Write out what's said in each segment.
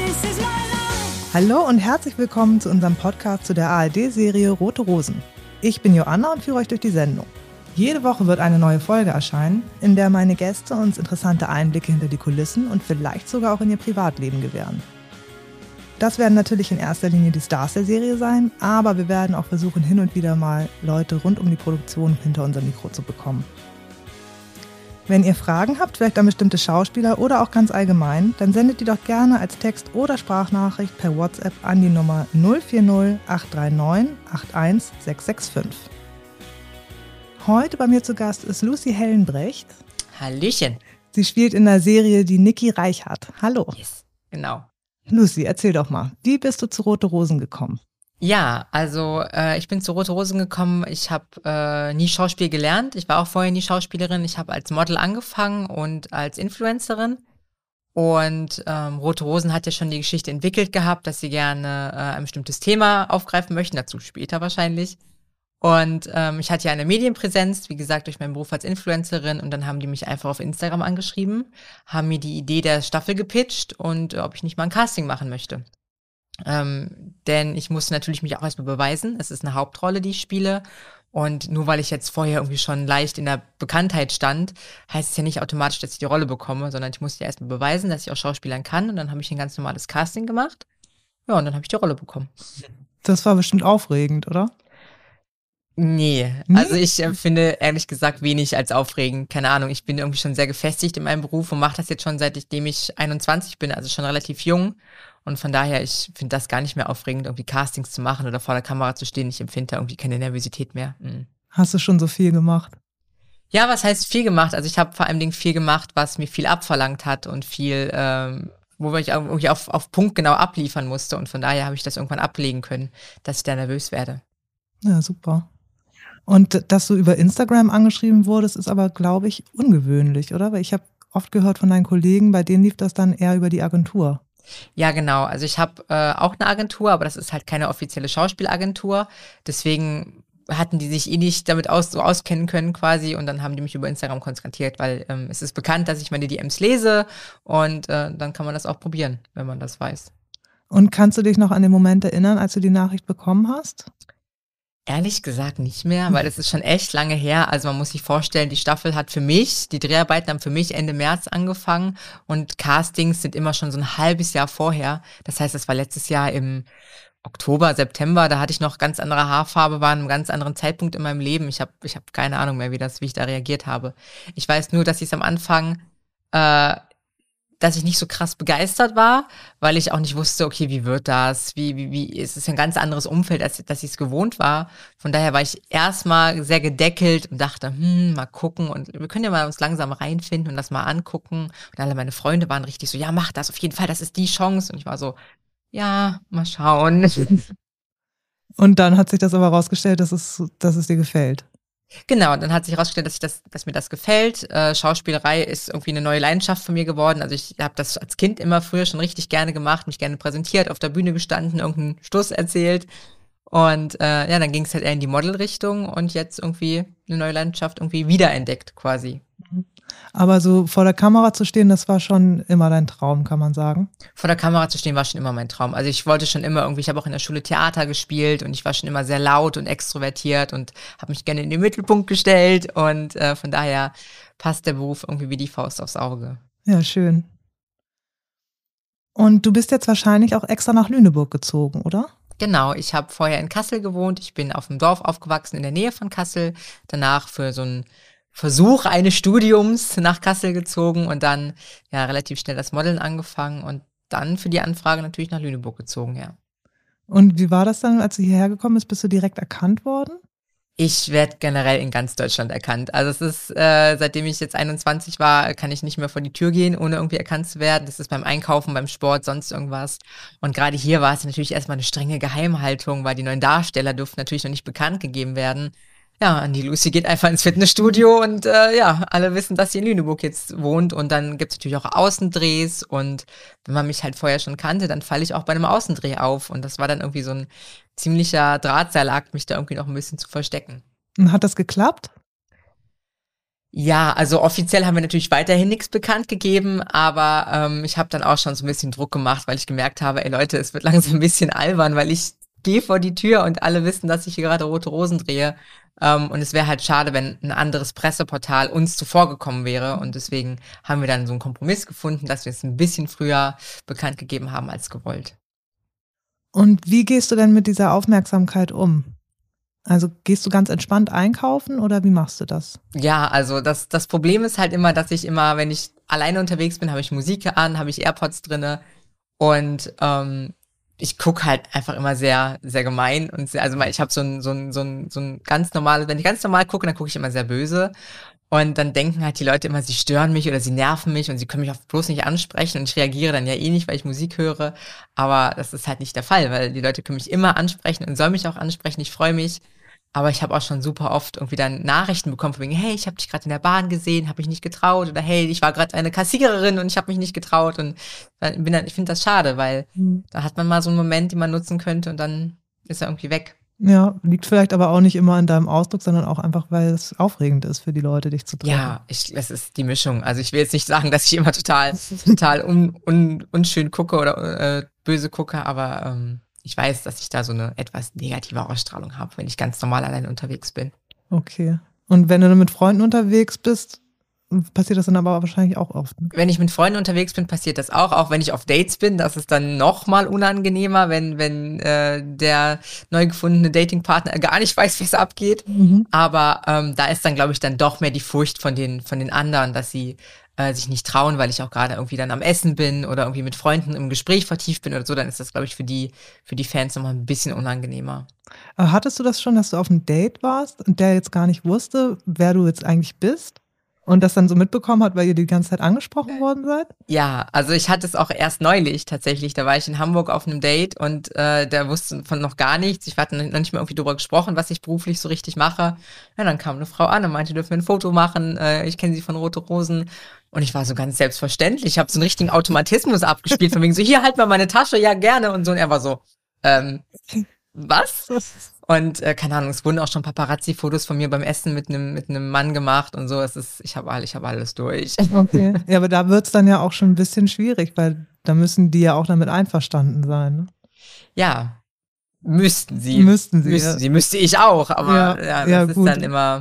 Hallo und herzlich willkommen zu unserem Podcast zu der ARD-Serie Rote Rosen. Ich bin Joanna und führe euch durch die Sendung. Jede Woche wird eine neue Folge erscheinen, in der meine Gäste uns interessante Einblicke hinter die Kulissen und vielleicht sogar auch in ihr Privatleben gewähren. Das werden natürlich in erster Linie die Stars der Serie sein, aber wir werden auch versuchen, hin und wieder mal Leute rund um die Produktion hinter unser Mikro zu bekommen. Wenn ihr Fragen habt, vielleicht an bestimmte Schauspieler oder auch ganz allgemein, dann sendet die doch gerne als Text- oder Sprachnachricht per WhatsApp an die Nummer 040 839 81665. Heute bei mir zu Gast ist Lucy Hellenbrecht. Hallöchen. Sie spielt in der Serie die Niki Reichardt. Hallo. Yes, genau. Lucy, erzähl doch mal, wie bist du zu Rote Rosen gekommen? Ja, also ich bin zu Rote Rosen gekommen. Ich habe nie Schauspiel gelernt. Ich war auch vorher nie Schauspielerin. Ich habe als Model angefangen und als Influencerin. Und Rote Rosen hat ja schon die Geschichte entwickelt gehabt, dass sie gerne ein bestimmtes Thema aufgreifen möchten, dazu später wahrscheinlich. Und ich hatte ja eine Medienpräsenz, wie gesagt, durch meinen Beruf als Influencerin. Und dann haben die mich einfach auf Instagram angeschrieben, haben mir die Idee der Staffel gepitcht und ob ich nicht mal ein Casting machen möchte. Denn ich musste natürlich mich auch erstmal beweisen. Es ist eine Hauptrolle, die ich spiele. Und nur weil ich jetzt vorher irgendwie schon leicht in der Bekanntheit stand, heißt es ja nicht automatisch, dass ich die Rolle bekomme, sondern ich musste ja erstmal beweisen, dass ich auch schauspielern kann. Und dann habe ich ein ganz normales Casting gemacht. Ja, und dann habe ich die Rolle bekommen. Das war bestimmt aufregend, oder? Nee, also ich finde ehrlich gesagt wenig als aufregend. Keine Ahnung, ich bin irgendwie schon sehr gefestigt in meinem Beruf und mache das jetzt schon seitdem ich 21 bin, also schon relativ jung. Und von daher, ich finde das gar nicht mehr aufregend, irgendwie Castings zu machen oder vor der Kamera zu stehen. Ich empfinde da irgendwie keine Nervosität mehr. Hast du schon so viel gemacht? Ja, was heißt viel gemacht? Also ich habe vor allem viel gemacht, was mir viel abverlangt hat und viel, wo ich irgendwie auf Punkt genau abliefern musste. Und von daher habe ich das irgendwann ablegen können, dass ich da nervös werde. Ja, super. Und dass du über Instagram angeschrieben wurdest, ist aber, glaube ich, ungewöhnlich, oder? Weil ich habe oft gehört von deinen Kollegen, bei denen lief das dann eher über die Agentur. Ja, genau. Also ich habe auch eine Agentur, aber das ist halt keine offizielle Schauspielagentur. Deswegen hatten die sich nicht damit so auskennen können quasi und dann haben die mich über Instagram kontaktiert, weil es ist bekannt, dass ich meine DMs lese und dann kann man das auch probieren, wenn man das weiß. Und kannst du dich noch an den Moment erinnern, als du die Nachricht bekommen hast? Ehrlich gesagt nicht mehr, weil das ist schon echt lange her. Also man muss sich vorstellen, die Staffel hat für mich, die Dreharbeiten haben für mich Ende März angefangen und Castings sind immer schon so ein halbes Jahr vorher. Das heißt, das war letztes Jahr im Oktober, September, da hatte ich noch ganz andere Haarfarbe, war an einem ganz anderen Zeitpunkt in meinem Leben. Ich hab keine Ahnung mehr, wie ich da reagiert habe. Ich weiß nur, dass ich es am Anfang dass ich nicht so krass begeistert war, weil ich auch nicht wusste, okay, wie wird das? Wie es ist ein ganz anderes Umfeld, als dass ich es gewohnt war. Von daher war ich erstmal sehr gedeckelt und dachte, mal gucken und wir können ja mal uns langsam reinfinden und das mal angucken. Und alle meine Freunde waren richtig so, ja, mach das auf jeden Fall, das ist die Chance. Und ich war so, ja, mal schauen. Und dann hat sich das aber herausgestellt, dass es dir gefällt. Genau, dann hat sich herausgestellt, dass mir das gefällt. Schauspielerei ist irgendwie eine neue Leidenschaft von mir geworden. Also ich habe das als Kind immer früher schon richtig gerne gemacht, mich gerne präsentiert, auf der Bühne gestanden, irgendeinen Stuss erzählt. Und ja, dann ging es halt eher in die Modelrichtung und jetzt irgendwie eine neue Leidenschaft irgendwie wiederentdeckt quasi. Aber so vor der Kamera zu stehen, das war schon immer dein Traum, kann man sagen? Vor der Kamera zu stehen war schon immer mein Traum. Also ich wollte schon immer irgendwie, ich habe auch in der Schule Theater gespielt und ich war schon immer sehr laut und extrovertiert und habe mich gerne in den Mittelpunkt gestellt und von daher passt der Beruf irgendwie wie die Faust aufs Auge. Ja, schön. Und du bist jetzt wahrscheinlich auch extra nach Lüneburg gezogen, oder? Genau, ich habe vorher in Kassel gewohnt. Ich bin auf dem Dorf aufgewachsen in der Nähe von Kassel. Danach für so einen Versuch eines Studiums nach Kassel gezogen und dann ja relativ schnell das Modeln angefangen und dann für die Anfrage natürlich nach Lüneburg gezogen, ja. Und wie war das dann, als du hierher gekommen bist? Bist du direkt erkannt worden? Ich werde generell in ganz Deutschland erkannt. Also es ist, seitdem ich jetzt 21 war, kann ich nicht mehr vor die Tür gehen, ohne irgendwie erkannt zu werden. Das ist beim Einkaufen, beim Sport, sonst irgendwas. Und gerade hier war es natürlich erstmal eine strenge Geheimhaltung, weil die neuen Darsteller durften natürlich noch nicht bekannt gegeben werden. Ja, und die Lucy geht einfach ins Fitnessstudio und ja, alle wissen, dass sie in Lüneburg jetzt wohnt. Und dann gibt's natürlich auch Außendrehs. Und wenn man mich halt vorher schon kannte, dann falle ich auch bei einem Außendreh auf. Und das war dann irgendwie so ein ziemlicher Drahtseilakt, mich da irgendwie noch ein bisschen zu verstecken. Und hat das geklappt? Ja, also offiziell haben wir natürlich weiterhin nichts bekannt gegeben, aber ich habe dann auch schon so ein bisschen Druck gemacht, weil ich gemerkt habe, ey Leute, es wird langsam ein bisschen albern, weil ich gehe vor die Tür und alle wissen, dass ich hier gerade Rote Rosen drehe. Und es wäre halt schade, wenn ein anderes Presseportal uns zuvorgekommen wäre. Und deswegen haben wir dann so einen Kompromiss gefunden, dass wir es ein bisschen früher bekannt gegeben haben als gewollt. Und wie gehst du denn mit dieser Aufmerksamkeit um? Also gehst du ganz entspannt einkaufen oder wie machst du das? Ja, also das Problem ist halt immer, dass ich immer, wenn ich alleine unterwegs bin, habe ich Musik an, habe ich AirPods drinne und ich gucke halt einfach immer sehr, sehr gemein und sehr, also ich habe so ein ganz normales, wenn ich ganz normal gucke, dann gucke ich immer sehr böse und dann denken halt die Leute immer, sie stören mich oder sie nerven mich und sie können mich auch bloß nicht ansprechen und ich reagiere dann ja eh nicht, weil ich Musik höre, aber das ist halt nicht der Fall, weil die Leute können mich immer ansprechen und sollen mich auch ansprechen, ich freue mich. Aber ich habe auch schon super oft irgendwie dann Nachrichten bekommen von wegen, hey, ich habe dich gerade in der Bahn gesehen, habe mich nicht getraut oder hey, ich war gerade eine Kassiererin und ich habe mich nicht getraut und ich finde das schade, weil da hat man mal so einen Moment, den man nutzen könnte und dann ist er irgendwie weg. Ja, liegt vielleicht aber auch nicht immer an deinem Ausdruck, sondern auch einfach, weil es aufregend ist für die Leute, dich zu treffen. Ja, es ist die Mischung. Also ich will jetzt nicht sagen, dass ich immer total unschön gucke oder böse gucke, aber ich weiß, dass ich da so eine etwas negative Ausstrahlung habe, wenn ich ganz normal alleine unterwegs bin. Okay. Und wenn du dann mit Freunden unterwegs bist, passiert das dann aber wahrscheinlich auch oft. Ne? Wenn ich mit Freunden unterwegs bin, passiert das auch wenn ich auf Dates bin, das ist dann noch mal unangenehmer, wenn der neu gefundene Datingpartner gar nicht weiß, wie es abgeht. Aber da ist dann, glaube ich, dann doch mehr die Furcht von den anderen, dass sie sich nicht trauen, weil ich auch gerade irgendwie dann am Essen bin oder irgendwie mit Freunden im Gespräch vertieft bin oder so, dann ist das, glaube ich, für die Fans nochmal ein bisschen unangenehmer. Aber hattest du das schon, dass du auf einem Date warst und der jetzt gar nicht wusste, wer du jetzt eigentlich bist? Und das dann so mitbekommen hat, weil ihr die ganze Zeit angesprochen worden seid? Ja, also ich hatte es auch erst neulich tatsächlich. Da war ich in Hamburg auf einem Date und der wusste von noch gar nichts. Ich hatte noch nicht mehr irgendwie drüber gesprochen, was ich beruflich so richtig mache. Ja, dann kam eine Frau an und meinte, dürfen wir ein Foto machen? Ich kenne sie von Rote Rosen. Und ich war so ganz selbstverständlich. Ich habe so einen richtigen Automatismus abgespielt, von wegen so, hier, halt mal meine Tasche, ja, gerne. Und so. Und er war so, was? Und keine Ahnung, es wurden auch schon Paparazzi-Fotos von mir beim Essen mit einem Mann gemacht und so. Ich habe alles durch. Okay. Ja, aber da wird's dann ja auch schon ein bisschen schwierig, weil da müssen die ja auch damit einverstanden sein. Ne? Ja, müssten sie. Müsste ich auch, aber das ist dann immer.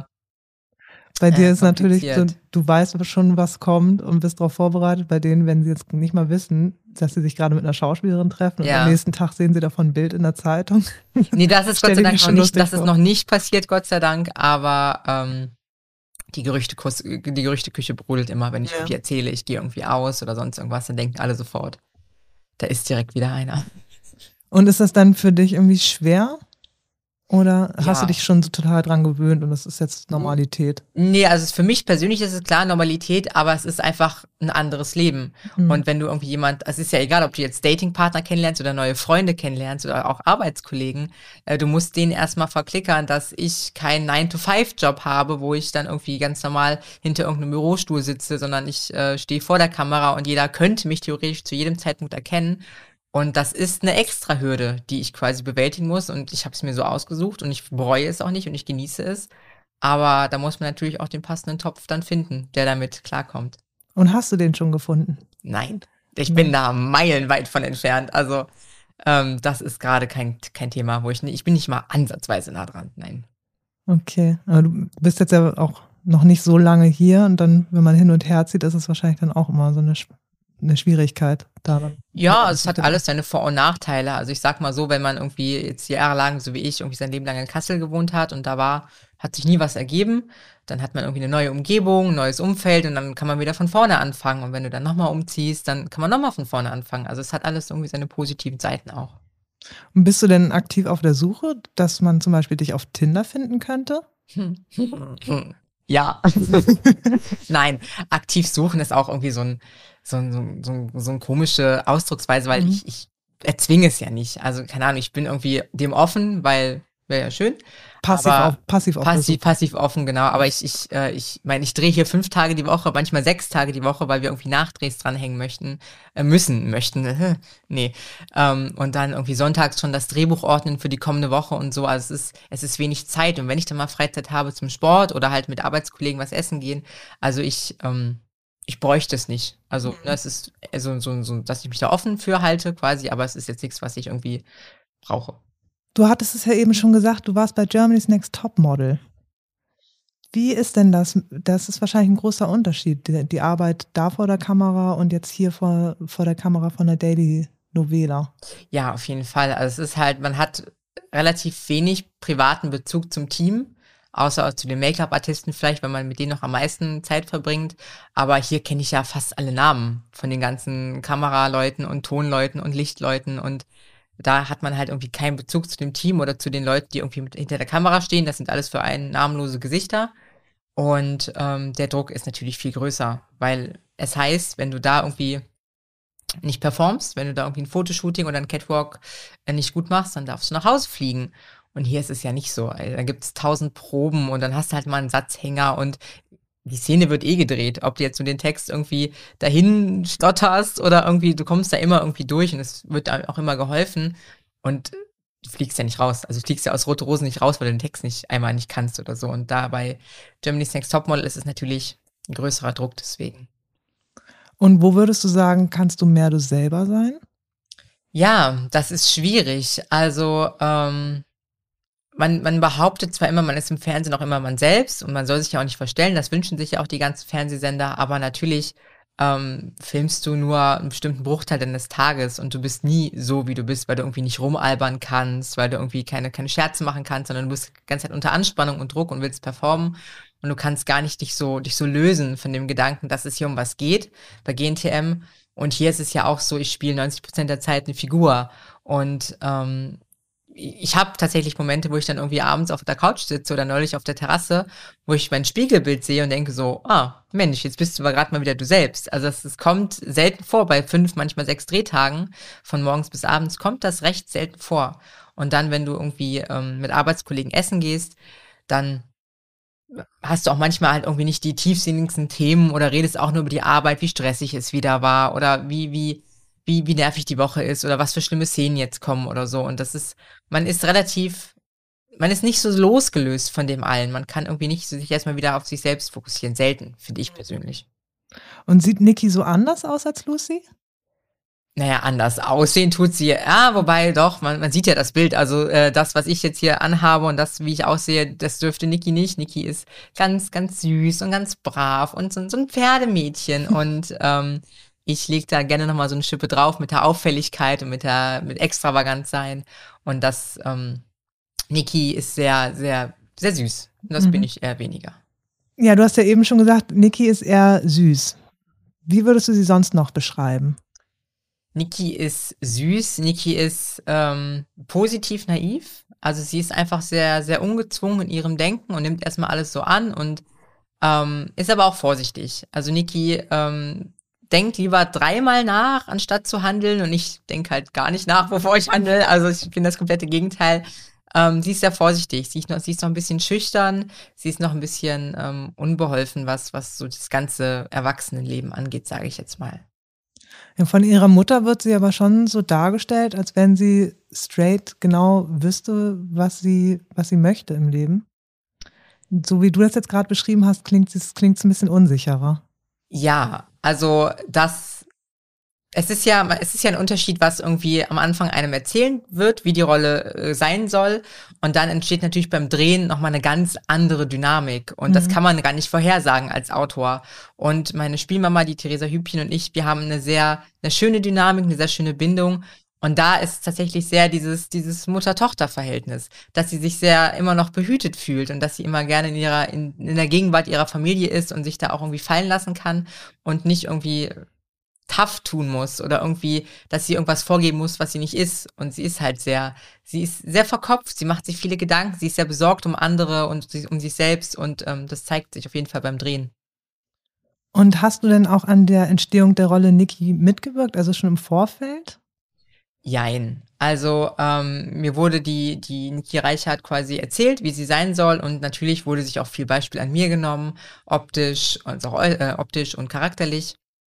Bei dir ist natürlich so, du weißt schon, was kommt und bist darauf vorbereitet. Bei denen, wenn sie jetzt nicht mal wissen, dass sie sich gerade mit einer Schauspielerin treffen und am nächsten Tag sehen sie davon ein Bild in der Zeitung. Nee, das ist Gott sei Dank ist noch nicht passiert, Gott sei Dank, aber die Gerüchteküche brodelt immer, wenn ich irgendwie erzähle, ich gehe irgendwie aus oder sonst irgendwas, dann denken alle sofort, da ist direkt wieder einer. Und ist das dann für dich irgendwie schwer? Oder hast du dich schon so total dran gewöhnt und das ist jetzt Normalität? Nee, also für mich persönlich ist es klar Normalität, aber es ist einfach ein anderes Leben. Und wenn du irgendwie es ist ja egal, ob du jetzt Datingpartner kennenlernst oder neue Freunde kennenlernst oder auch Arbeitskollegen, du musst denen erstmal verklickern, dass ich keinen 9-to-5-Job habe, wo ich dann irgendwie ganz normal hinter irgendeinem Bürostuhl sitze, sondern ich stehe vor der Kamera und jeder könnte mich theoretisch zu jedem Zeitpunkt erkennen. Und das ist eine extra Hürde, die ich quasi bewältigen muss. Und ich habe es mir so ausgesucht und ich bereue es auch nicht und ich genieße es. Aber da muss man natürlich auch den passenden Topf dann finden, der damit klarkommt. Und hast du den schon gefunden? Nein, ich bin da meilenweit von entfernt. Also das ist gerade kein Thema, ich bin nicht mal ansatzweise nah dran. Nein. Okay, aber du bist jetzt ja auch noch nicht so lange hier und dann, wenn man hin und her zieht, ist es wahrscheinlich dann auch immer so eine Schwierigkeit daran. Ja, es hat alles seine Vor- und Nachteile. Also ich sag mal so, wenn man irgendwie jetzt jahrelang, so wie ich, irgendwie sein Leben lang in Kassel gewohnt hat und hat sich nie was ergeben, dann hat man irgendwie eine neue Umgebung, ein neues Umfeld und dann kann man wieder von vorne anfangen. Und wenn du dann nochmal umziehst, dann kann man nochmal von vorne anfangen. Also es hat alles irgendwie seine positiven Seiten auch. Und bist du denn aktiv auf der Suche, dass man zum Beispiel dich auf Tinder finden könnte? Ja. Nein, aktiv suchen ist auch irgendwie so eine komische Ausdrucksweise, weil ich erzwinge es ja nicht. Also, keine Ahnung, ich bin irgendwie dem offen, weil wäre ja schön. Passiv auf. Passiv offen, genau. Aber ich meine, ich drehe hier 5 Tage die Woche, manchmal 6 Tage die Woche, weil wir irgendwie Nachdrehs dranhängen möchten. Nee. Und dann irgendwie sonntags schon das Drehbuch ordnen für die kommende Woche und so. Also es ist wenig Zeit. Und wenn ich dann mal Freizeit habe zum Sport oder halt mit Arbeitskollegen was essen gehen, also ich bräuchte es nicht. Also, es ist so, dass ich mich da offen für halte quasi, aber es ist jetzt nichts, was ich irgendwie brauche. Du hattest es ja eben schon gesagt, du warst bei Germany's Next Topmodel. Wie ist denn das? Das ist wahrscheinlich ein großer Unterschied, die Arbeit da vor der Kamera und jetzt hier vor der Kamera von der Daily Novela. Ja, auf jeden Fall. Also es ist halt, man hat relativ wenig privaten Bezug zum Team, außer zu den Make-up-Artisten vielleicht, weil man mit denen noch am meisten Zeit verbringt. Aber hier kenne ich ja fast alle Namen von den ganzen Kameraleuten und Tonleuten und Lichtleuten und da hat man halt irgendwie keinen Bezug zu dem Team oder zu den Leuten, die irgendwie hinter der Kamera stehen. Das sind alles für einen namenlose Gesichter. Und der Druck ist natürlich viel größer, weil es heißt, wenn du da irgendwie nicht performst, wenn du da irgendwie ein Fotoshooting oder ein Catwalk nicht gut machst, dann darfst du nach Hause fliegen. Und hier ist es ja nicht so. Da gibt es 1000 Proben und dann hast du halt mal einen Satzhänger und die Szene wird gedreht. Ob du jetzt nur den Text irgendwie dahin stotterst oder irgendwie, du kommst da immer irgendwie durch und es wird auch immer geholfen. Und du fliegst ja nicht raus. Also du fliegst ja aus Rote Rosen nicht raus, weil du den Text einmal nicht kannst oder so. Und da bei Germany's Next Topmodel ist es natürlich ein größerer Druck deswegen. Und wo würdest du sagen, kannst du mehr du selber sein? Ja, das ist schwierig. Also, man behauptet zwar immer, man ist im Fernsehen auch immer man selbst und man soll sich ja auch nicht verstellen, das wünschen sich ja auch die ganzen Fernsehsender, aber natürlich filmst du nur einen bestimmten Bruchteil deines Tages und du bist nie so, wie du bist, weil du irgendwie nicht rumalbern kannst, weil du irgendwie keine Scherze machen kannst, sondern du bist die ganze Zeit unter Anspannung und Druck und willst performen und du kannst gar nicht dich so lösen von dem Gedanken, dass es hier um was geht bei GNTM. Und hier ist es ja auch so, ich spiele 90% der Zeit eine Figur und ich habe tatsächlich Momente, wo ich dann irgendwie abends auf der Couch sitze oder neulich auf der Terrasse, wo ich mein Spiegelbild sehe und denke so, Mensch, jetzt bist du aber gerade mal wieder du selbst. Also es kommt selten vor, bei 5, manchmal 6 Drehtagen, von morgens bis abends kommt das recht selten vor. Und dann, wenn du irgendwie mit Arbeitskollegen essen gehst, dann hast du auch manchmal halt irgendwie nicht die tiefsinnigsten Themen oder redest auch nur über die Arbeit, wie stressig es wieder war oder wie nervig die Woche ist oder was für schlimme Szenen jetzt kommen oder so. Und man ist nicht so losgelöst von dem allen. Man kann irgendwie nicht sich erstmal wieder auf sich selbst fokussieren. Selten, finde ich persönlich. Und sieht Niki so anders aus als Lucy? Naja, anders aussehen tut sie, wobei doch, man sieht ja das Bild, also das, was ich jetzt hier anhabe und das, wie ich aussehe, das dürfte Niki nicht. Niki ist ganz, ganz süß und ganz brav und so ein Pferdemädchen und ich lege da gerne nochmal so eine Schippe drauf mit der Auffälligkeit und mit Extravaganz sein und das, Niki ist sehr, sehr, sehr süß und das bin ich eher weniger. Ja, du hast ja eben schon gesagt, Niki ist eher süß. Wie würdest du sie sonst noch beschreiben? Niki ist süß, Niki ist positiv naiv, also sie ist einfach sehr, sehr ungezwungen in ihrem Denken und nimmt erstmal alles so an und ist aber auch vorsichtig. Also Niki denkt lieber 3-mal nach, anstatt zu handeln und ich denke halt gar nicht nach, bevor ich handle, also ich bin das komplette Gegenteil. Sie ist sehr vorsichtig, sie ist noch ein bisschen schüchtern, sie ist noch ein bisschen unbeholfen, was so das ganze Erwachsenenleben angeht, sage ich jetzt mal. Ja, von ihrer Mutter wird sie aber schon so dargestellt, als wenn sie straight genau wüsste, was sie möchte im Leben. So wie du das jetzt gerade beschrieben hast, klingt es ein bisschen unsicherer. Ja, also es ist ja ein Unterschied, was irgendwie am Anfang einem erzählen wird, wie die Rolle sein soll. Und dann entsteht natürlich beim Drehen nochmal eine ganz andere Dynamik. Und das kann man gar nicht vorhersagen als Autor. Und meine Spielmama, die Theresa Hübchen und ich, wir haben eine schöne Dynamik, eine sehr schöne Bindung. Und da ist tatsächlich sehr dieses Mutter-Tochter-Verhältnis, dass sie sich sehr immer noch behütet fühlt und dass sie immer gerne in der Gegenwart ihrer Familie ist und sich da auch irgendwie fallen lassen kann und nicht irgendwie tough tun muss oder irgendwie, dass sie irgendwas vorgeben muss, was sie nicht ist. Und sie ist sehr verkopft, sie macht sich viele Gedanken, sie ist sehr besorgt um andere und um sich selbst und das zeigt sich auf jeden Fall beim Drehen. Und hast du denn auch an der Entstehung der Rolle Niki mitgewirkt, also schon im Vorfeld? Jein. Also mir wurde die Niki Reichardt quasi erzählt, wie sie sein soll, und natürlich wurde sich auch viel Beispiel an mir genommen, optisch und auch optisch und charakterlich.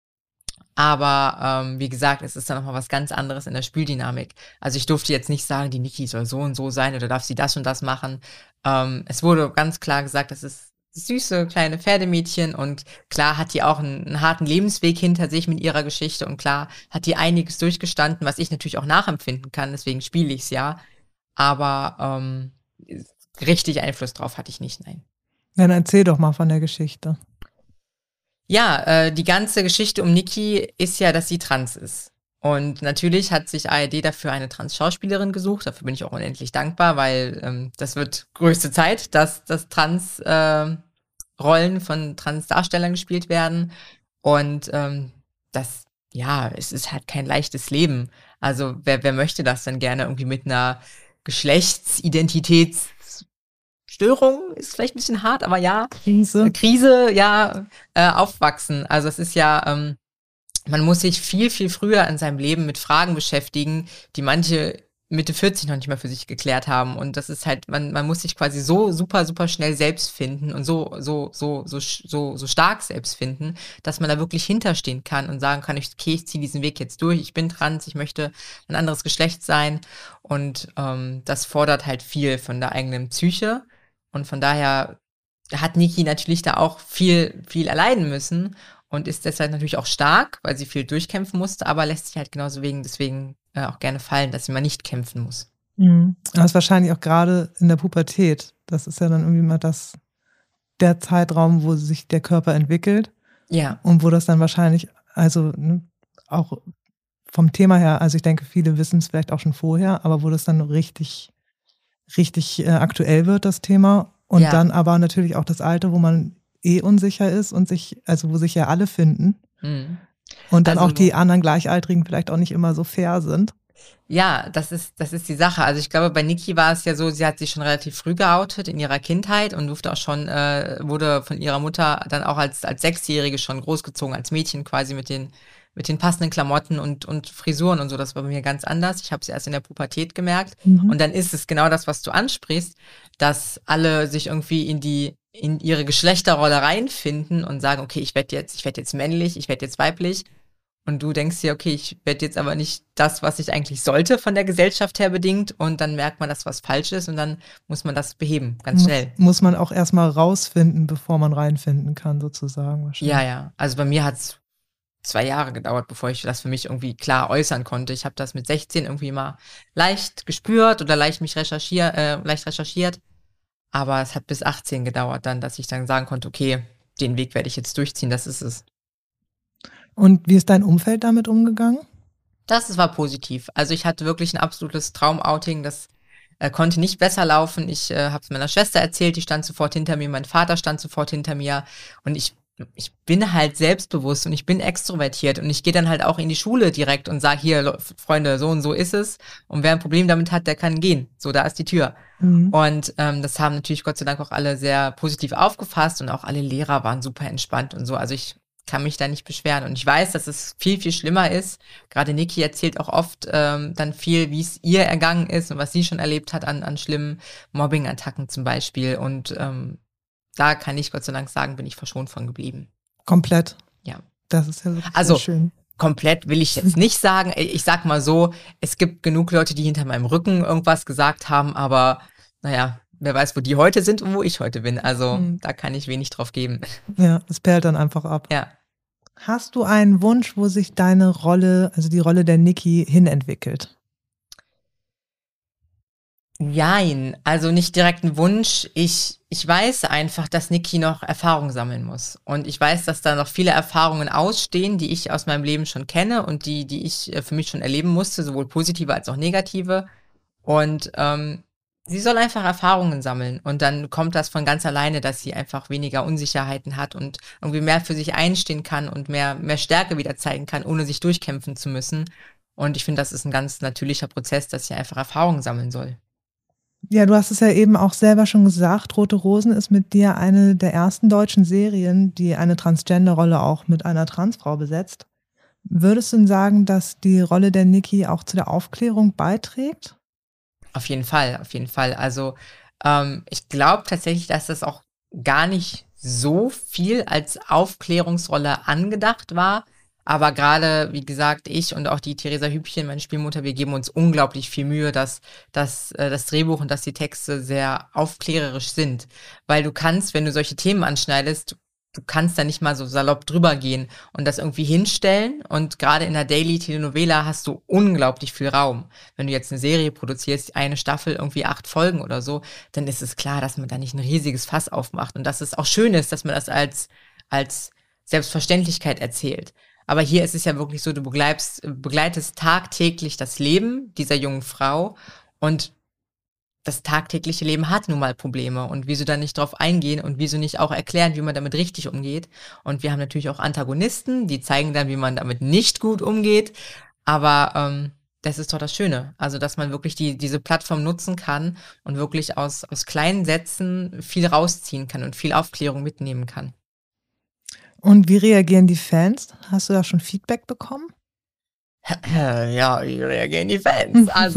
Aber wie gesagt, es ist dann nochmal was ganz anderes in der Spieldynamik. Also ich durfte jetzt nicht sagen, die Niki soll so und so sein oder darf sie das und das machen. Es wurde ganz klar gesagt, das ist das süße kleine Pferdemädchen, und klar hat die auch einen harten Lebensweg hinter sich mit ihrer Geschichte, und klar hat die einiges durchgestanden, was ich natürlich auch nachempfinden kann, deswegen spiele ich es ja. Aber richtig Einfluss drauf hatte ich nicht, nein. Dann erzähl doch mal von der Geschichte. Ja, die ganze Geschichte um Niki ist ja, dass sie trans ist. Und natürlich hat sich ARD dafür eine Trans-Schauspielerin gesucht. Dafür bin ich auch unendlich dankbar, weil das wird größte Zeit, dass Trans-Rollen von Trans-Darstellern gespielt werden. Und es ist halt kein leichtes Leben. Also wer möchte das denn gerne irgendwie mit einer Geschlechtsidentitätsstörung, ist vielleicht ein bisschen hart, aber ja, Krise, ja, aufwachsen. Also es ist ja, man muss sich viel, viel früher in seinem Leben mit Fragen beschäftigen, die manche Mitte 40 noch nicht mal für sich geklärt haben. Und das ist halt, man muss sich quasi so super, super schnell selbst finden und so stark selbst finden, dass man da wirklich hinterstehen kann und sagen kann, okay, ich ziehe diesen Weg jetzt durch, ich bin trans, ich möchte ein anderes Geschlecht sein. Und das fordert halt viel von der eigenen Psyche. Und von daher hat Niki natürlich da auch viel, viel erleiden müssen und ist deshalb natürlich auch stark, weil sie viel durchkämpfen musste, aber lässt sich halt genauso deswegen auch gerne fallen, dass sie mal nicht kämpfen muss. Mhm. Das ist wahrscheinlich auch gerade in der Pubertät. Das ist ja dann irgendwie mal der Zeitraum, wo sich der Körper entwickelt. Ja. Und wo das dann wahrscheinlich, also auch vom Thema her, also ich denke, viele wissen es vielleicht auch schon vorher, aber wo das dann richtig, richtig aktuell wird, das Thema. Und Ja. dann aber natürlich auch das Alter, wo man unsicher ist und wo sich ja alle finden. Mhm. Und dann auch die anderen Gleichaltrigen vielleicht auch nicht immer so fair sind. Ja, das ist die Sache. Also ich glaube, bei Niki war es ja so, sie hat sich schon relativ früh geoutet in ihrer Kindheit und durfte auch schon, wurde von ihrer Mutter dann auch als Sechsjährige schon großgezogen, als Mädchen quasi mit den passenden Klamotten und Frisuren und so. Das war bei mir ganz anders. Ich habe es erst in der Pubertät gemerkt. Mhm. Und dann ist es genau das, was du ansprichst, dass alle sich irgendwie in ihre Geschlechterrolle reinfinden und sagen, okay, ich werde jetzt männlich, ich werde jetzt weiblich. Und du denkst dir, okay, ich werde jetzt aber nicht das, was ich eigentlich sollte, von der Gesellschaft her bedingt. Und dann merkt man, dass was falsch ist und dann muss man das beheben, ganz schnell. Muss man auch erstmal rausfinden, bevor man reinfinden kann, sozusagen. Wahrscheinlich. Ja. Also bei mir hat es 2 Jahre gedauert, bevor ich das für mich irgendwie klar äußern konnte. Ich habe das mit 16 irgendwie mal leicht gespürt oder leicht recherchiert. Aber es hat bis 18 gedauert dann, dass ich dann sagen konnte, okay, den Weg werde ich jetzt durchziehen, das ist es. Und wie ist dein Umfeld damit umgegangen? Das war positiv. Also ich hatte wirklich ein absolutes Traumouting, das konnte nicht besser laufen. Ich habe es meiner Schwester erzählt, die stand sofort hinter mir, mein Vater stand sofort hinter mir und ich bin halt selbstbewusst und ich bin extrovertiert und ich gehe dann halt auch in die Schule direkt und sage, hier, Freunde, so und so ist es. Und wer ein Problem damit hat, der kann gehen. So, da ist die Tür. Mhm. Und das haben natürlich Gott sei Dank auch alle sehr positiv aufgefasst und auch alle Lehrer waren super entspannt und so. Also ich kann mich da nicht beschweren. Und ich weiß, dass es viel, viel schlimmer ist. Gerade Niki erzählt auch oft dann viel, wie es ihr ergangen ist und was sie schon erlebt hat an schlimmen Mobbing-Attacken zum Beispiel. Und da kann ich Gott sei Dank sagen, bin ich verschont von geblieben. Komplett? Ja. Das ist ja wirklich sehr schön. Komplett will ich jetzt nicht sagen. Ich sag mal so, es gibt genug Leute, die hinter meinem Rücken irgendwas gesagt haben, aber naja, wer weiß, wo die heute sind und wo ich heute bin. Also da kann ich wenig drauf geben. Ja, es perlt dann einfach ab. Ja. Hast du einen Wunsch, wo sich deine Rolle, also die Rolle der Niki, hinentwickelt? Jein, also nicht direkt ein Wunsch. Ich weiß einfach, dass Niki noch Erfahrung sammeln muss. Und ich weiß, dass da noch viele Erfahrungen ausstehen, die ich aus meinem Leben schon kenne und die ich für mich schon erleben musste, sowohl positive als auch negative. Und sie soll einfach Erfahrungen sammeln. Und dann kommt das von ganz alleine, dass sie einfach weniger Unsicherheiten hat und irgendwie mehr für sich einstehen kann und mehr Stärke wieder zeigen kann, ohne sich durchkämpfen zu müssen. Und ich finde, das ist ein ganz natürlicher Prozess, dass sie einfach Erfahrungen sammeln soll. Ja, du hast es ja eben auch selber schon gesagt, Rote Rosen ist mit dir eine der ersten deutschen Serien, die eine Transgender-Rolle auch mit einer Transfrau besetzt. Würdest du denn sagen, dass die Rolle der Niki auch zu der Aufklärung beiträgt? Auf jeden Fall, auf jeden Fall. Also ich glaube tatsächlich, dass das auch gar nicht so viel als Aufklärungsrolle angedacht war. Aber gerade, wie gesagt, ich und auch die Theresa Hübchen, meine Spielmutter, wir geben uns unglaublich viel Mühe, dass das Drehbuch und dass die Texte sehr aufklärerisch sind. Weil du kannst, wenn du solche Themen anschneidest, du kannst da nicht mal so salopp drüber gehen und das irgendwie hinstellen. Und gerade in der Daily Telenovela hast du unglaublich viel Raum. Wenn du jetzt eine Serie produzierst, eine Staffel, irgendwie 8 Folgen oder so, dann ist es klar, dass man da nicht ein riesiges Fass aufmacht und dass es auch schön ist, dass man das als Selbstverständlichkeit erzählt. Aber hier ist es ja wirklich so, du begleitest tagtäglich das Leben dieser jungen Frau und das tagtägliche Leben hat nun mal Probleme und wieso dann nicht drauf eingehen und wieso nicht auch erklären, wie man damit richtig umgeht. Und wir haben natürlich auch Antagonisten, die zeigen dann, wie man damit nicht gut umgeht. Aber das ist doch das Schöne. Also, dass man wirklich diese Plattform nutzen kann und wirklich aus kleinen Sätzen viel rausziehen kann und viel Aufklärung mitnehmen kann. Und wie reagieren die Fans? Hast du da schon Feedback bekommen? Ja, wie reagieren die Fans? Also,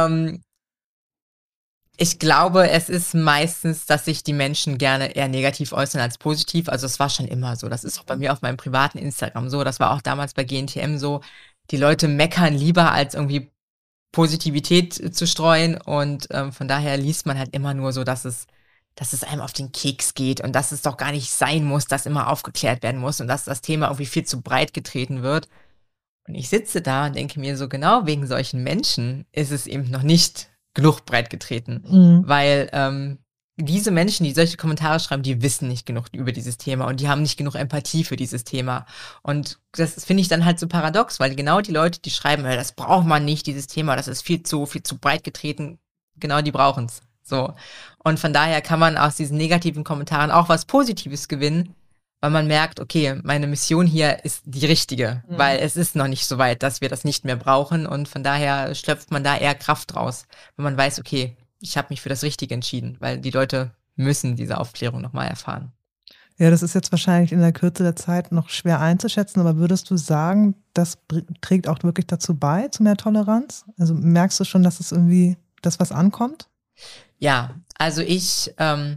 ich glaube, es ist meistens, dass sich die Menschen gerne eher negativ äußern als positiv. Also es war schon immer so. Das ist auch bei mir auf meinem privaten Instagram so. Das war auch damals bei GNTM so. Die Leute meckern lieber, als irgendwie Positivität zu streuen. Und von daher liest man halt immer nur so, dass es einem auf den Keks geht und dass es doch gar nicht sein muss, dass immer aufgeklärt werden muss und dass das Thema irgendwie viel zu breit getreten wird. Und ich sitze da und denke mir so, genau wegen solchen Menschen ist es eben noch nicht genug breit getreten. Weil diese Menschen, die solche Kommentare schreiben, die wissen nicht genug über dieses Thema und die haben nicht genug Empathie für dieses Thema. Und das finde ich dann halt so paradox, weil genau die Leute, die schreiben, das braucht man nicht, dieses Thema, das ist viel zu breit getreten, genau die brauchen es. So. Und von daher kann man aus diesen negativen Kommentaren auch was Positives gewinnen, weil man merkt, okay, meine Mission hier ist die richtige, weil es ist noch nicht so weit, dass wir das nicht mehr brauchen und von daher schöpft man da eher Kraft raus, wenn man weiß, okay, ich habe mich für das Richtige entschieden, weil die Leute müssen diese Aufklärung nochmal erfahren. Ja, das ist jetzt wahrscheinlich in der Kürze der Zeit noch schwer einzuschätzen, aber würdest du sagen, das trägt auch wirklich dazu bei, zu mehr Toleranz? Also merkst du schon, dass es irgendwie das was ankommt? Ja, also ich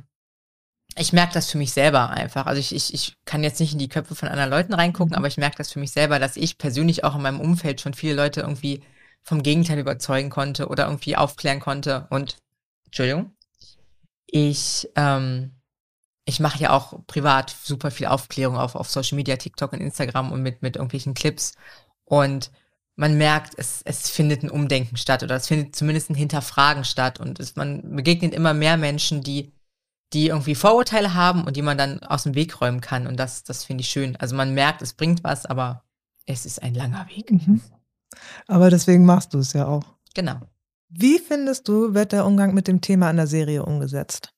merke das für mich selber einfach. Also ich kann jetzt nicht in die Köpfe von anderen Leuten reingucken, aber ich merke das für mich selber, dass ich persönlich auch in meinem Umfeld schon viele Leute irgendwie vom Gegenteil überzeugen konnte oder irgendwie aufklären konnte. Und, Entschuldigung, ich mache ja auch privat super viel Aufklärung auf Social Media, TikTok und Instagram und mit irgendwelchen Clips. Und man merkt, es findet ein Umdenken statt oder es findet zumindest ein Hinterfragen statt. Und man begegnet immer mehr Menschen, die irgendwie Vorurteile haben und die man dann aus dem Weg räumen kann. Und das finde ich schön. Also man merkt, es bringt was, aber es ist ein langer Weg. Aber deswegen machst du es ja auch. Genau. Wie findest du, wird der Umgang mit dem Thema in der Serie umgesetzt?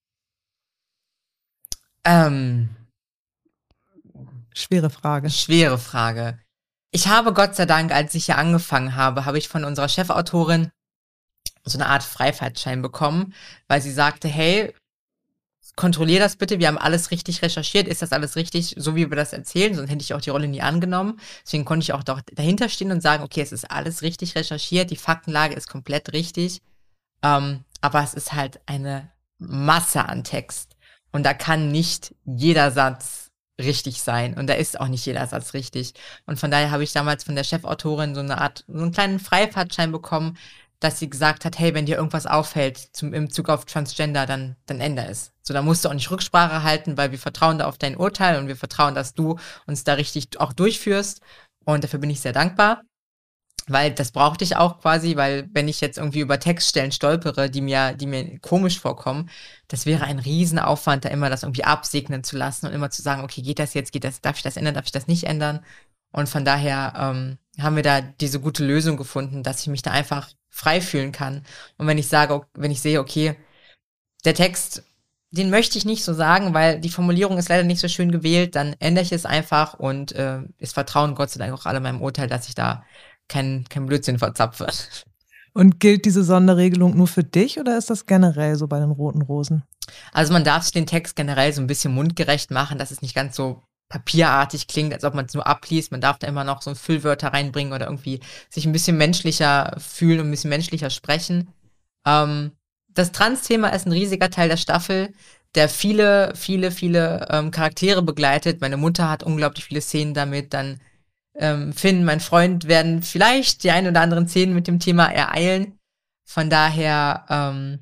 Schwere Frage. Schwere Frage. Ich habe Gott sei Dank, als ich hier angefangen habe ich von unserer Chefautorin so eine Art Freifahrtschein bekommen, weil sie sagte, hey, kontrollier das bitte, wir haben alles richtig recherchiert, ist das alles richtig, so wie wir das erzählen, sonst hätte ich auch die Rolle nie angenommen. Deswegen konnte ich auch dahinter stehen und sagen, okay, es ist alles richtig recherchiert, die Faktenlage ist komplett richtig, aber es ist halt eine Masse an Text und da kann nicht jeder Satz richtig sein und da ist auch nicht jeder Satz richtig. Und von daher habe ich damals von der Chefautorin so einen kleinen Freifahrtschein bekommen, dass sie gesagt hat, hey, wenn dir irgendwas auffällt im Zug auf Transgender, dann änder es. So, da musst du auch nicht Rücksprache halten, weil wir vertrauen da auf dein Urteil und wir vertrauen, dass du uns da richtig auch durchführst. Und dafür bin ich sehr dankbar, weil das brauchte ich auch quasi, weil wenn ich jetzt irgendwie über Textstellen stolpere, die mir komisch vorkommen, das wäre ein Riesenaufwand, da immer das irgendwie absegnen zu lassen und immer zu sagen, okay, geht das jetzt, darf ich das ändern, darf ich das nicht ändern? Und von daher haben wir da diese gute Lösung gefunden, dass ich mich da einfach frei fühlen kann. Und wenn ich sehe, okay, der Text, den möchte ich nicht so sagen, weil die Formulierung ist leider nicht so schön gewählt, dann ändere ich es einfach und es vertrauen Gott sei Dank auch alle meinem Urteil, dass ich da kein Blödsinn verzapfe. Und gilt diese Sonderregelung nur für dich oder ist das generell so bei den Roten Rosen? Also man darf den Text generell so ein bisschen mundgerecht machen, dass es nicht ganz so papierartig klingt, als ob man es nur abliest. Man darf da immer noch so Füllwörter reinbringen oder irgendwie sich ein bisschen menschlicher fühlen und ein bisschen menschlicher sprechen. Das Trans-Thema ist ein riesiger Teil der Staffel, der viele Charaktere begleitet. Meine Mutter hat unglaublich viele Szenen damit. Dann Finn, mein Freund, werden vielleicht die ein oder anderen Szenen mit dem Thema ereilen. Von daher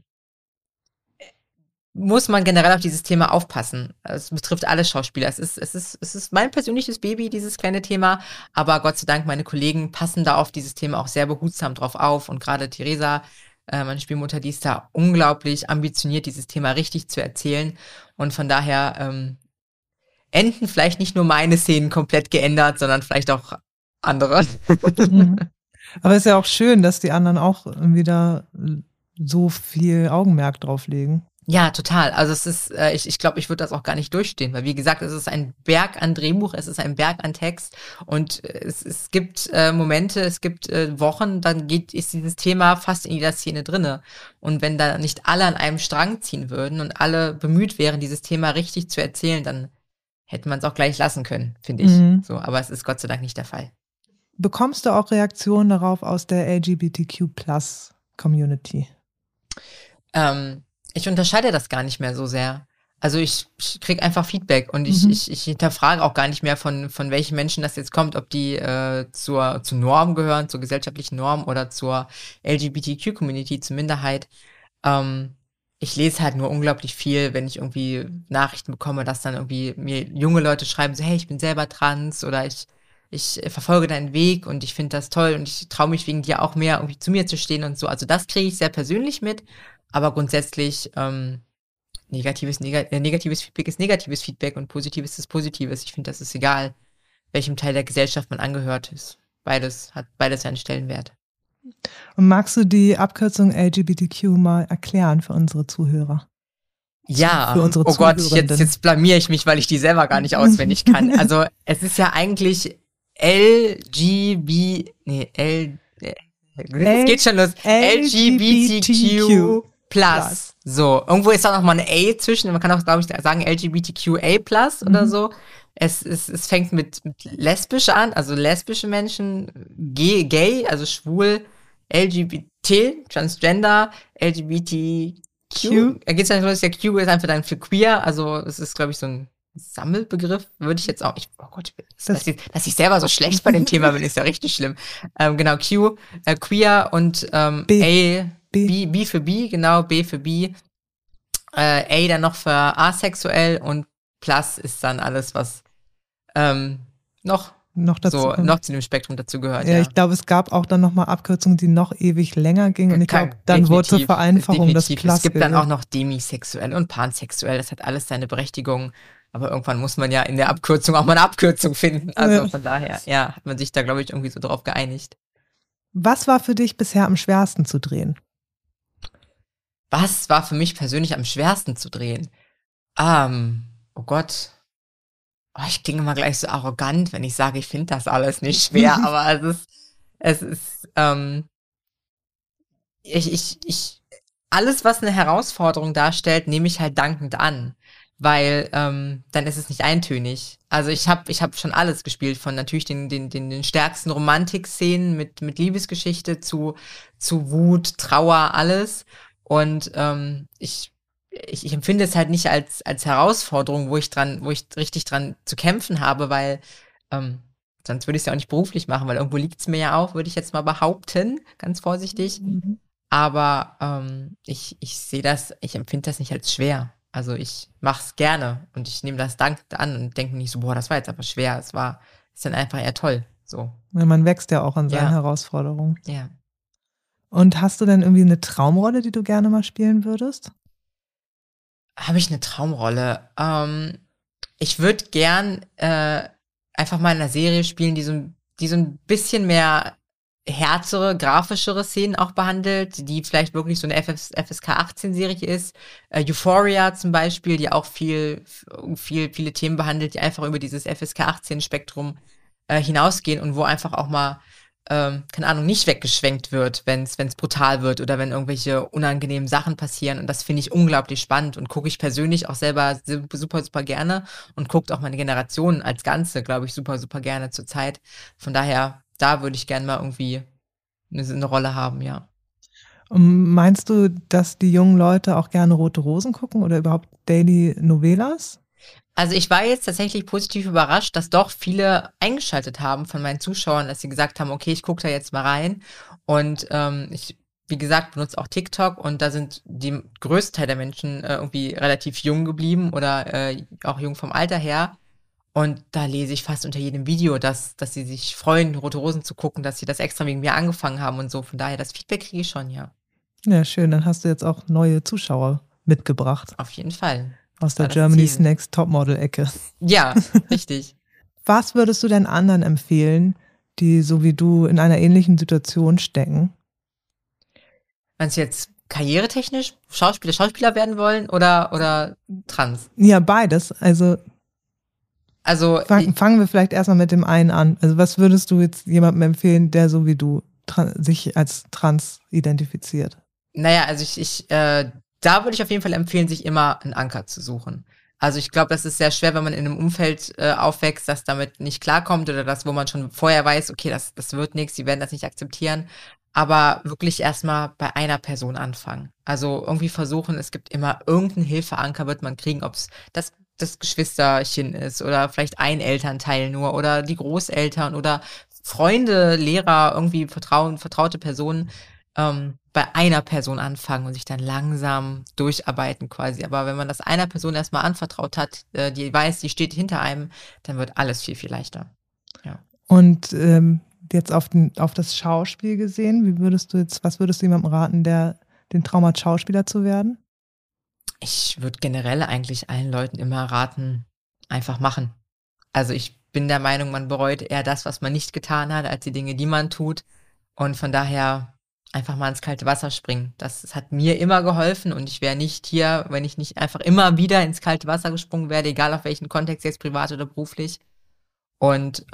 muss man generell auf dieses Thema aufpassen. Es betrifft alle Schauspieler. Es ist mein persönliches Baby, dieses kleine Thema. Aber Gott sei Dank, meine Kollegen passen da auf dieses Thema auch sehr behutsam drauf auf. Und gerade Theresa, meine Spielmutter, die ist da unglaublich ambitioniert, dieses Thema richtig zu erzählen. Und von daher enden vielleicht nicht nur meine Szenen komplett geändert, sondern vielleicht auch andere. Mhm. Aber es ist ja auch schön, dass die anderen auch wieder so viel Augenmerk drauf legen. Ja, total. Also es ist, ich glaube, ich würde das auch gar nicht durchstehen, weil wie gesagt, es ist ein Berg an Drehbuch, es ist ein Berg an Text und es gibt Momente, es gibt Wochen, dann ist dieses Thema fast in jeder Szene drinne. Und wenn da nicht alle an einem Strang ziehen würden und alle bemüht wären, dieses Thema richtig zu erzählen, dann hätte man es auch gleich lassen können, finde ich. So, aber es ist Gott sei Dank nicht der Fall. Bekommst du auch Reaktionen darauf aus der LGBTQ+-Community? Ich unterscheide das gar nicht mehr so sehr. Also ich kriege einfach Feedback und ich hinterfrage auch gar nicht mehr, von welchen Menschen das jetzt kommt, ob die zur Norm gehören, zur gesellschaftlichen Norm oder zur LGBTQ-Community, zur Minderheit. Ich lese halt nur unglaublich viel, wenn ich irgendwie Nachrichten bekomme, dass dann irgendwie mir junge Leute schreiben, so hey, ich bin selber trans oder ich verfolge deinen Weg und ich finde das toll und ich traue mich wegen dir auch mehr, irgendwie zu mir zu stehen und so. Also das kriege ich sehr persönlich mit, aber grundsätzlich negatives Feedback ist negatives Feedback und positives ist positives. Ich finde, das ist egal, welchem Teil der Gesellschaft man angehört ist. Beides hat seinen Stellenwert. Und magst du die Abkürzung LGBTQ mal erklären für unsere Zuhörer? Ja, für unsere oh Gott, jetzt blamiere ich mich, weil ich die selber gar nicht auswendig kann. Also es ist ja eigentlich es geht schon los. LGBTQ+. So, irgendwo ist da noch mal eine A zwischen. Man kann auch, glaube ich, sagen LGBTQA+ oder so. Es fängt mit lesbisch an, also lesbische Menschen, gay, also schwul, LGBT, Transgender, LGBTQ. Geht's ja los, der Q ist einfach dann für queer, also es ist, glaube ich, so ein Sammelbegriff, würde ich jetzt auch, oh Gott, dass ich selber so schlecht bei dem Thema bin, ist ja richtig schlimm. Genau, Q, queer und B für B, genau, B für B, A dann noch für asexuell und Plus ist dann alles, was noch zu dem Spektrum dazu gehört. Ja, ich glaube, es gab auch dann nochmal Abkürzungen, die noch ewig länger gingen. Und ich glaube, dann wurde zur Vereinfachung das Plus. Es gibt dann auch noch demisexuell und pansexuell. Das hat alles seine Berechtigung. Aber irgendwann muss man ja in der Abkürzung auch mal eine Abkürzung finden. Also von daher, ja, hat man sich da, glaube ich, irgendwie so drauf geeinigt. Was war für dich bisher am schwersten zu drehen? Was war für mich persönlich am schwersten zu drehen? Oh Gott. Oh, ich klinge immer gleich so arrogant, wenn ich sage, ich finde das alles nicht schwer, aber alles, was eine Herausforderung darstellt, nehme ich halt dankend an, weil dann ist es nicht eintönig. Also ich hab schon alles gespielt, von natürlich den stärksten Romantik-Szenen mit Liebesgeschichte zu Wut, Trauer, alles. Und ich empfinde es halt nicht als Herausforderung, wo ich richtig dran zu kämpfen habe, weil sonst würde ich es ja auch nicht beruflich machen, weil irgendwo liegt es mir ja auch, würde ich jetzt mal behaupten, ganz vorsichtig. Aber ich empfinde das nicht als schwer. Also ich mache es gerne und ich nehme das dankend an und denke nicht so, boah, das war jetzt aber schwer. Ist dann einfach eher toll. So. Ja, man wächst ja auch an seinen Herausforderungen. Ja. Und hast du denn irgendwie eine Traumrolle, die du gerne mal spielen würdest? Habe ich eine Traumrolle? Ich würde gern einfach mal in einer Serie spielen, die so ein bisschen mehr härtere, grafischere Szenen auch behandelt, die vielleicht wirklich so eine FSK 18-Serie ist. Euphoria zum Beispiel, die auch viele Themen behandelt, die einfach über dieses FSK 18-Spektrum hinausgehen und wo einfach auch mal keine Ahnung, nicht weggeschwenkt wird, wenn es brutal wird oder wenn irgendwelche unangenehmen Sachen passieren. Und das finde ich unglaublich spannend und gucke ich persönlich auch selber super, super gerne und guckt auch meine Generation als Ganze, glaube ich, super, super gerne zur Zeit. Von daher, da würde ich gerne mal irgendwie eine Rolle haben, ja. Meinst du, dass die jungen Leute auch gerne Rote Rosen gucken oder überhaupt Daily Novelas? Also ich war jetzt tatsächlich positiv überrascht, dass doch viele eingeschaltet haben von meinen Zuschauern, dass sie gesagt haben, okay, ich gucke da jetzt mal rein. Und ich, wie gesagt, benutze auch TikTok und da sind die größte Teil der Menschen irgendwie relativ jung geblieben oder auch jung vom Alter her. Und da lese ich fast unter jedem Video, dass sie sich freuen, Rote Rosen zu gucken, dass sie das extra wegen mir angefangen haben und so. Von daher, das Feedback kriege ich schon, ja. Ja, schön. Dann hast du jetzt auch neue Zuschauer mitgebracht. Auf jeden Fall. Aus Das war der das Germany's Ziel. Next Topmodel-Ecke. Ja, richtig. Was würdest du denn anderen empfehlen, die so wie du in einer ähnlichen Situation stecken? Meinst du jetzt karrieretechnisch Schauspieler werden wollen oder trans? Ja, beides. Also Also, fangen wir vielleicht erstmal mit dem einen an. Also was würdest du jetzt jemandem empfehlen, der so wie du sich als trans identifiziert? naja, also da würde ich auf jeden Fall empfehlen, sich immer einen Anker zu suchen. Also ich glaube, das ist sehr schwer, wenn man in einem Umfeld aufwächst, das damit nicht klarkommt oder das, wo man schon vorher weiß, okay, das wird nichts, die werden das nicht akzeptieren. Aber wirklich erstmal bei einer Person anfangen. Also irgendwie versuchen, es gibt immer irgendeinen Hilfeanker, wird man kriegen, ob es das Geschwisterchen ist oder vielleicht ein Elternteil nur oder die Großeltern oder Freunde, Lehrer, irgendwie vertraute Personen, bei einer Person anfangen und sich dann langsam durcharbeiten quasi. Aber wenn man das einer Person erstmal anvertraut hat, die weiß, die steht hinter einem, dann wird alles viel, viel leichter. Ja. Und jetzt auf das Schauspiel gesehen, was würdest du jemandem raten, der den Traum hat, Schauspieler zu werden? Ich würde generell eigentlich allen Leuten immer raten, einfach machen. Also ich bin der Meinung, man bereut eher das, was man nicht getan hat, als die Dinge, die man tut. Und von daher einfach mal ins kalte Wasser springen. Das hat mir immer geholfen und ich wäre nicht hier, wenn ich nicht einfach immer wieder ins kalte Wasser gesprungen wäre, egal auf welchen Kontext, jetzt privat oder beruflich. Und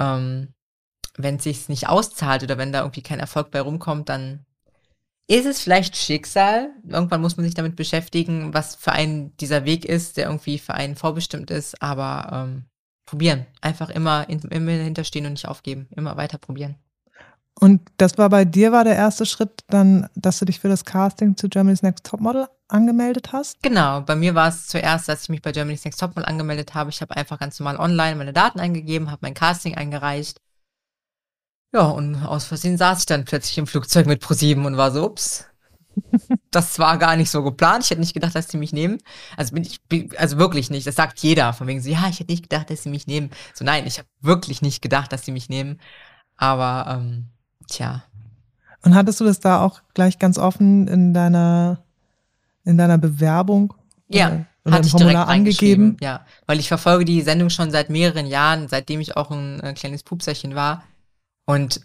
wenn es sich nicht auszahlt oder wenn da irgendwie kein Erfolg bei rumkommt, dann ist es vielleicht Schicksal. Irgendwann muss man sich damit beschäftigen, was für einen dieser Weg ist, der irgendwie für einen vorbestimmt ist. Aber probieren. Einfach immer hinterstehen und nicht aufgeben. Immer weiter probieren. Und war der erste Schritt dann, dass du dich für das Casting zu Germany's Next Topmodel angemeldet hast? Genau, bei mir war es zuerst, dass ich mich bei Germany's Next Topmodel angemeldet habe. Ich habe einfach ganz normal online meine Daten eingegeben, habe mein Casting eingereicht. Ja, und aus Versehen saß ich dann plötzlich im Flugzeug mit ProSieben und war so, ups, das war gar nicht so geplant. Ich hätte nicht gedacht, dass die mich nehmen. Also wirklich nicht. Das sagt jeder. Von wegen so, ja, ich hätte nicht gedacht, dass sie mich nehmen. So, nein, ich habe wirklich nicht gedacht, dass sie mich nehmen. Aber, tja. Und hattest du das da auch gleich ganz offen in deiner Bewerbung? Ja, oder hatte im ich direkt Formular angegeben? Ja, weil ich verfolge die Sendung schon seit mehreren Jahren, seitdem ich auch ein kleines Pupserchen war. Und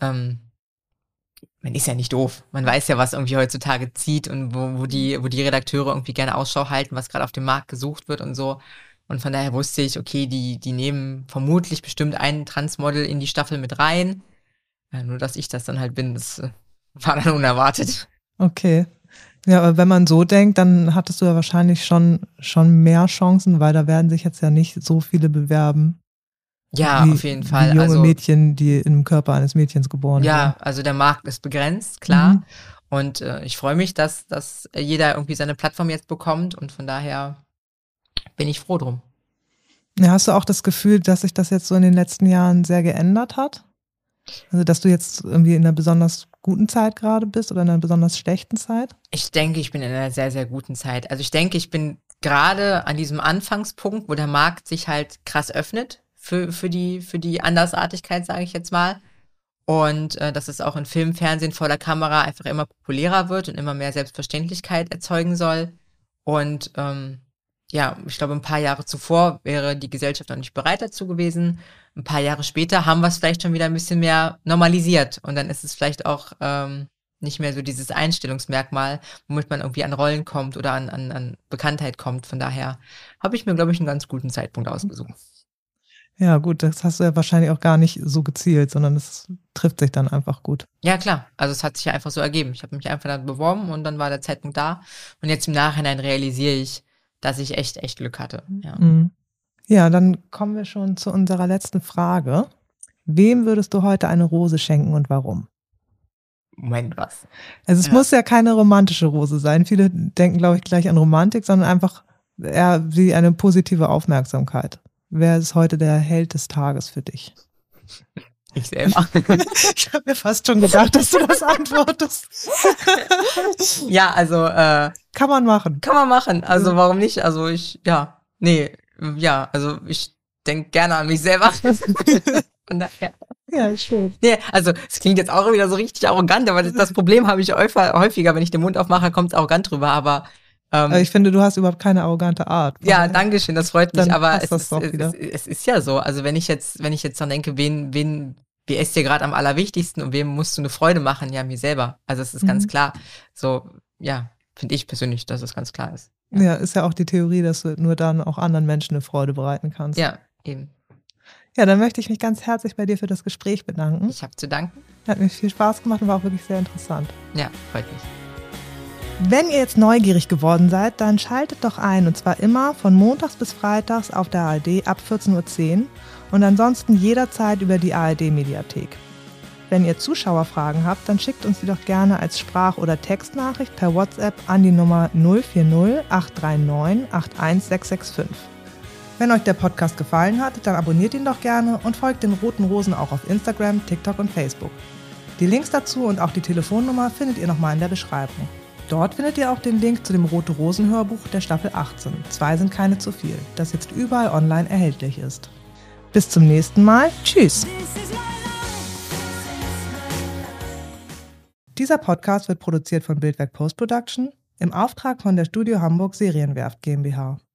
man ist ja nicht doof. Man weiß ja, was irgendwie heutzutage zieht und wo die Redakteure irgendwie gerne Ausschau halten, was gerade auf dem Markt gesucht wird und so. Und von daher wusste ich, okay, die nehmen vermutlich bestimmt ein Transmodel in die Staffel mit rein. Ja, nur, dass ich das dann halt bin, das war dann unerwartet. Okay. Ja, aber wenn man so denkt, dann hattest du ja wahrscheinlich schon mehr Chancen, weil da werden sich jetzt ja nicht so viele bewerben. Ja, auf jeden Fall. Wie junge Also, Mädchen, die im Körper eines Mädchens geboren ja, werden. also der Markt ist begrenzt, klar. Mhm. Und ich freue mich, dass jeder irgendwie seine Plattform jetzt bekommt und von daher bin ich froh drum. Ja, hast du auch das Gefühl, dass sich das jetzt so in den letzten Jahren sehr geändert hat? Also, dass du jetzt irgendwie in einer besonders guten Zeit gerade bist oder in einer besonders schlechten Zeit? Ich denke, ich bin in einer sehr, sehr guten Zeit. Also ich denke, ich bin gerade an diesem Anfangspunkt, wo der Markt sich halt krass öffnet für die Andersartigkeit, sage ich jetzt mal. Und dass es auch in Film, Fernsehen vor der Kamera einfach immer populärer wird und immer mehr Selbstverständlichkeit erzeugen soll. Und ja, ich glaube, ein paar Jahre zuvor wäre die Gesellschaft noch nicht bereit dazu gewesen. Ein paar Jahre später haben wir es vielleicht schon wieder ein bisschen mehr normalisiert. Und dann ist es vielleicht auch nicht mehr so dieses Einstellungsmerkmal, womit man irgendwie an Rollen kommt oder an Bekanntheit kommt. Von daher habe ich mir, glaube ich, einen ganz guten Zeitpunkt ausgesucht. Ja, gut, das hast du ja wahrscheinlich auch gar nicht so gezielt, sondern es trifft sich dann einfach gut. Ja, klar. Also es hat sich ja einfach so ergeben. Ich habe mich einfach dann beworben und dann war der Zeitpunkt da. Und jetzt im Nachhinein realisiere ich, dass ich echt Glück hatte. Ja. Ja, dann kommen wir schon zu unserer letzten Frage. Wem würdest du heute eine Rose schenken und warum? Moment, was? Also es muss ja keine romantische Rose sein. Viele denken, glaube ich, gleich an Romantik, sondern einfach eher wie eine positive Aufmerksamkeit. Wer ist heute der Held des Tages für dich? Ich selber. Ich habe mir fast schon gedacht, dass du das antwortest. Ja, also kann man machen. Kann man machen. Also warum nicht? Also ich denke gerne an mich selber. Von daher. Ja, schön. Nee, also es klingt jetzt auch wieder so richtig arrogant, aber das Problem habe ich häufiger, wenn ich den Mund aufmache, kommt es arrogant drüber, aber ich finde, du hast überhaupt keine arrogante Art. Ja, danke schön, das freut mich, aber es ist ja so, also wenn ich jetzt dann denke, wer ist dir gerade am allerwichtigsten und wem musst du eine Freude machen? Ja, mir selber. Also es ist ganz klar, so, ja, finde ich persönlich, dass es ganz klar ist. Ja, ist ja auch die Theorie, dass du nur dann auch anderen Menschen eine Freude bereiten kannst. Ja, eben. Ja, dann möchte ich mich ganz herzlich bei dir für das Gespräch bedanken. Ich habe zu danken. Hat mir viel Spaß gemacht und war auch wirklich sehr interessant. Ja, freut mich. Wenn ihr jetzt neugierig geworden seid, dann schaltet doch ein, und zwar immer von montags bis freitags auf der ARD ab 14:10 Uhr und ansonsten jederzeit über die ARD-Mediathek. Wenn ihr Zuschauerfragen habt, dann schickt uns die doch gerne als Sprach- oder Textnachricht per WhatsApp an die Nummer 040 839 81665. Wenn euch der Podcast gefallen hat, dann abonniert ihn doch gerne und folgt den Roten Rosen auch auf Instagram, TikTok und Facebook. Die Links dazu und auch die Telefonnummer findet ihr nochmal in der Beschreibung. Dort findet ihr auch den Link zu dem Rote Rosen Hörbuch der Staffel 18. 2 sind keine zu viel, das jetzt überall online erhältlich ist. Bis zum nächsten Mal. Tschüss! Dieser Podcast wird produziert von Bildwerk Post Production im Auftrag von der Studio Hamburg Serienwerft GmbH.